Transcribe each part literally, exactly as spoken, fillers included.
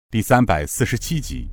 第三百四十七集。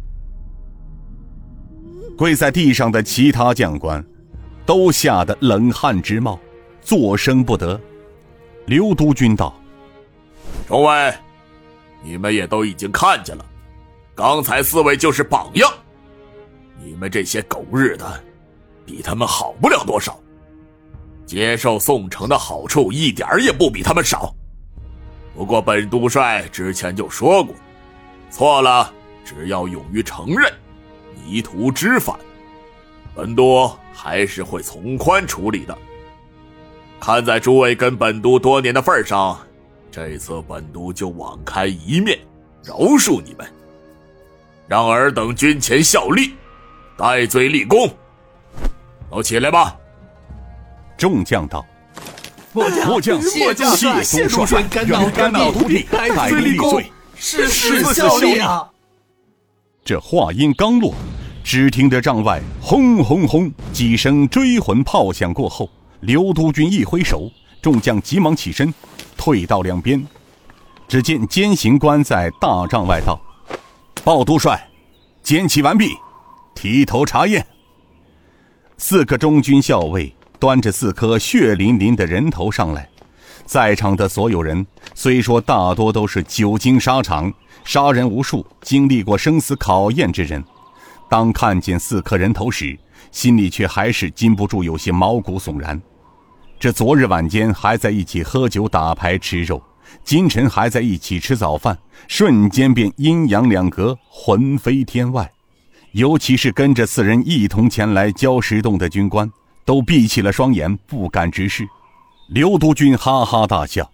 跪在地上的其他将官都吓得冷汗直冒，作声不得。刘督军道： 众位，你们也都已经看见了，刚才四位就是榜样，你们这些狗日的比他们好不了多少，接受宋城的好处一点也不比他们少。不过本督帅之前就说过，错了只要勇于承认，迷途知返，本督还是会从宽处理的。看在诸位跟本督多年的份上，这次本督就网开一面，饶恕你们，让尔等军前效力，戴罪立功。都起来吧。 众将道： 末将末将谢督帅肝脑肝脑涂地，戴罪立功，誓死效力啊！ 这话音刚落，只听得帐外轰轰轰几声追魂炮响过后，刘督军一挥手，众将急忙起身，退到两边。只见监刑官在大帐外道：报督帅，监期完毕，提头查验。四个中军校尉端着四颗血淋淋的人头上来，在场的所有人虽说大多都是久经沙场，杀人无数，经历过生死考验之人，当看见四颗人头时，心里却还是禁不住有些毛骨悚然。这昨日晚间还在一起喝酒打牌吃肉，今晨还在一起吃早饭，瞬间便阴阳两隔，魂飞天外。尤其是跟着四人一同前来交石洞的军官，都闭起了双眼，不敢直视。刘督军哈哈大笑：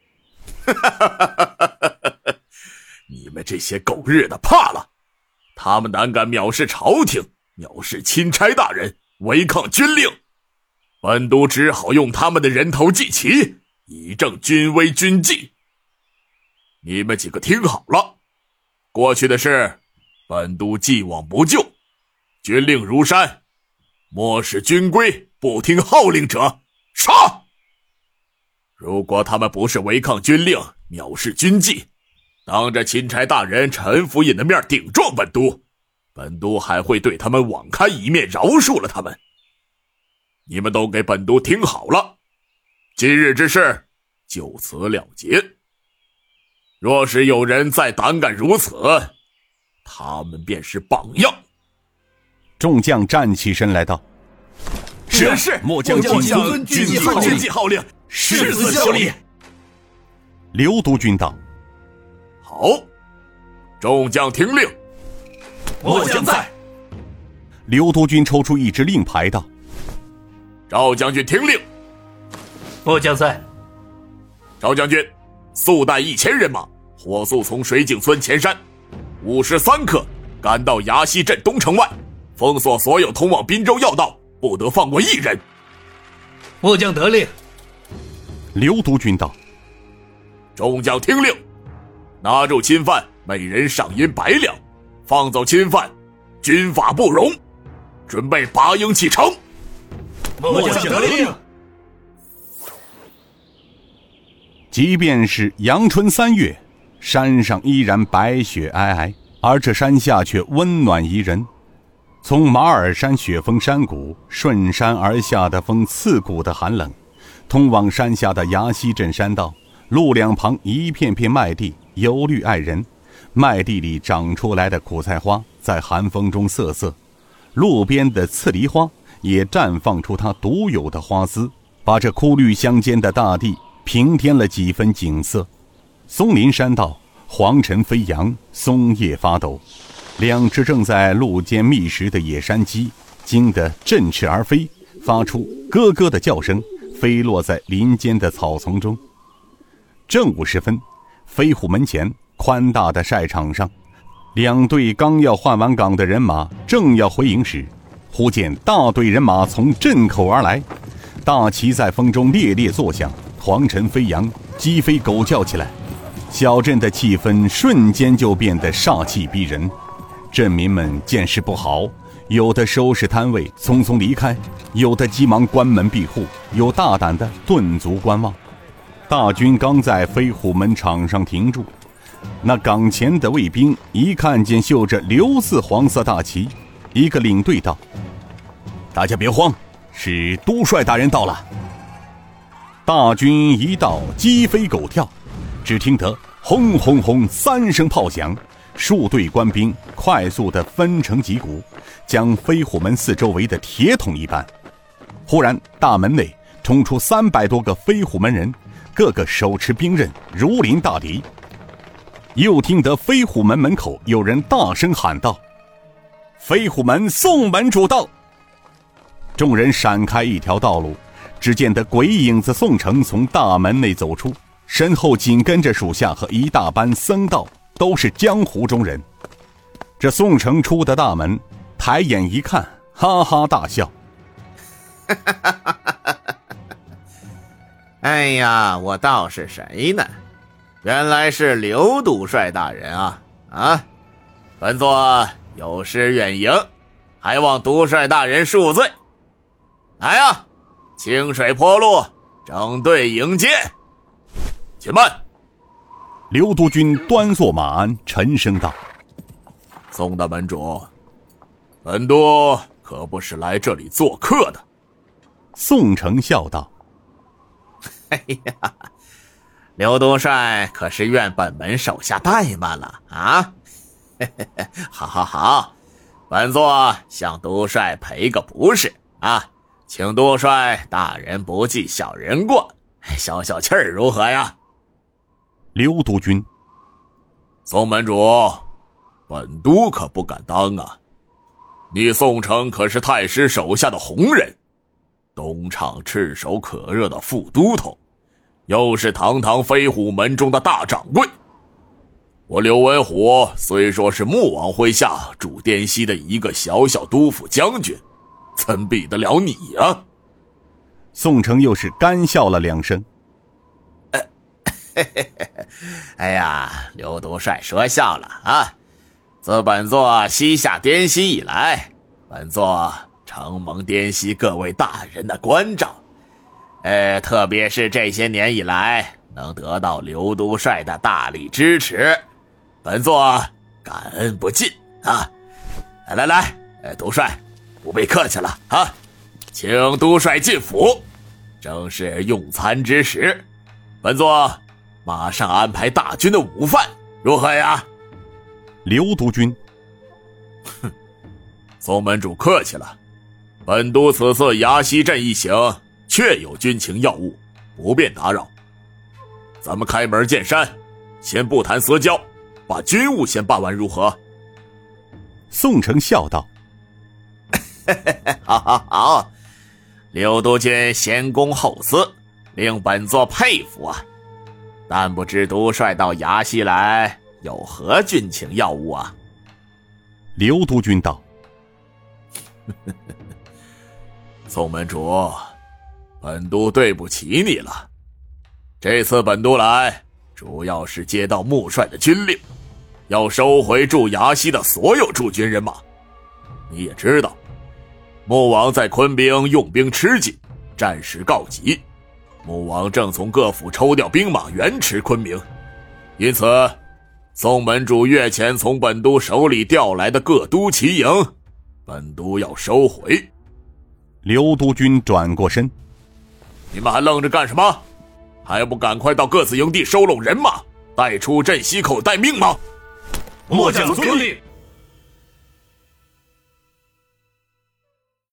你们这些狗日的怕了，他们胆敢藐视朝廷，藐视钦差大人，违抗军令，本督只好用他们的人头祭旗，以正军威军纪。你们几个听好了，过去的事本督既往不咎，军令如山，漠视军规，不听号令者杀。如果他们不是违抗军令，藐视军纪，当着钦差大人陈府尹的面顶撞本督，本督还会对他们网开一面，饶恕了他们。你们都给本督听好了，今日之事就此了结。若是有人再胆敢如此，他们便是榜样。 众将站起身来道： 是是， 末将谨遵军纪号令，誓死效力。 刘督军道： 好，众将听令。 末将在。 刘督军抽出一支令牌道： 赵将军听令。 末将在。 赵将军，速带一千人马，火速从水井村前山午时三刻赶到崖西镇东城外，封锁所有通往滨州要道，不得放过一人。 末将得令。 刘督军道： 众将听令，拿住侵犯，每人赏银百两，放走侵犯，军法不容。准备拔营启程。 末将得令。 即便是阳春三月，山上依然白雪皑皑，而这山下却温暖宜人。从马尔山雪峰山谷顺山而下的风刺骨的寒冷，通往山下的崖西镇山道，路两旁一片片麦地，油绿爱人。麦地里长出来的苦菜花在寒风中瑟瑟，路边的刺梨花也绽放出它独有的花丝，把这枯绿相间的大地平添了几分景色。松林山道黄尘飞扬，松叶发抖，两只正在路间觅食的野山鸡惊得振翅而飞，发出咯咯的叫声，飞落在林间的草丛中。正午时分，飞虎门前宽大的晒场上，两队刚要换完岗的人马正要回营时，忽见大队人马从镇口而来，大旗在风中猎猎作响，黄尘飞扬，鸡飞狗叫起来。小镇的气氛瞬间就变得煞气逼人。镇民们见势不好，有的收拾摊位匆匆离开，有的急忙关门闭户，有大胆的顿足观望。大军刚在飞虎门场上停住， 那岗前的卫兵一看见绣着刘字黄色大旗，一个领队道：大家别慌，是都帅大人到了。大军一到，鸡飞狗跳，只听得轰轰轰三声炮响，数队官兵快速地分成几股，将飞虎门四周围的铁桶一般。忽然大门内冲出三百多个飞虎门人，个个手持兵刃，如临大敌。又听得飞虎门门口有人大声喊道：飞虎门宋门主到！众人闪开一条道路，只见得鬼影子宋城从大门内走出，身后紧跟着属下和一大班僧道，都是江湖中人。这宋城出的大门，抬眼一看，哈哈大笑。 哎呀，我道是谁呢？原来是刘督帅大人啊！啊，本座有失远迎，还望督帅大人恕罪。来呀，清水坡路，整队迎接。 且慢！ 刘督军端坐马鞍，沉声道： 宋大门主，本督可不是来这里做客的。 宋城笑道： 哎呀，刘督帅可是愿本门手下怠慢了啊！好好好，本座向督帅赔个不是啊，请督帅大人不计小人过，消消气儿如何呀？ 刘督军： 宋门主，本督可不敢当啊！你宋城可是太师手下的红人，东厂炙手可热的副都头，又是堂堂飞虎门中的大掌柜。我刘文虎虽说是穆王麾下驻滇西的一个小小督府将军，怎比得了你啊？ 宋城又是干笑了两声。 哎呀，刘督帅说笑了啊！自本座西下滇西以来，本座承蒙滇西各位大人的关照，呃，特别是这些年以来能得到刘督帅的大力支持，本座感恩不尽啊！来来来，呃，督帅不必客气了啊，请督帅进府，正是用餐之时，本座马上安排大军的午饭，如何呀？ 刘督军： 哼，宋门主客气了，本督此次崖西镇一行确有军情要务，不便打扰。咱们开门见山，先不谈私交，把军务先办完如何？ 宋城笑道： 好好好，刘督军先公后私，令本座佩服啊！但不知督帅到崖西来有何军情要务啊？ 刘督军道： 宋门主，本督对不起你了。这次本督来，主要是接到穆帅的军令，要收回驻崖西的所有驻军人马。你也知道，穆王在昆兵用兵吃紧，战事告急，穆王正从各府抽调兵马援持昆明，因此宋门主月前从本督手里调来的各都骑营，本督要收回。 刘督军转过身： 你们还愣着干什么？还不赶快到各自营地收拢人马，带出镇西口待命吗？ 末将遵令。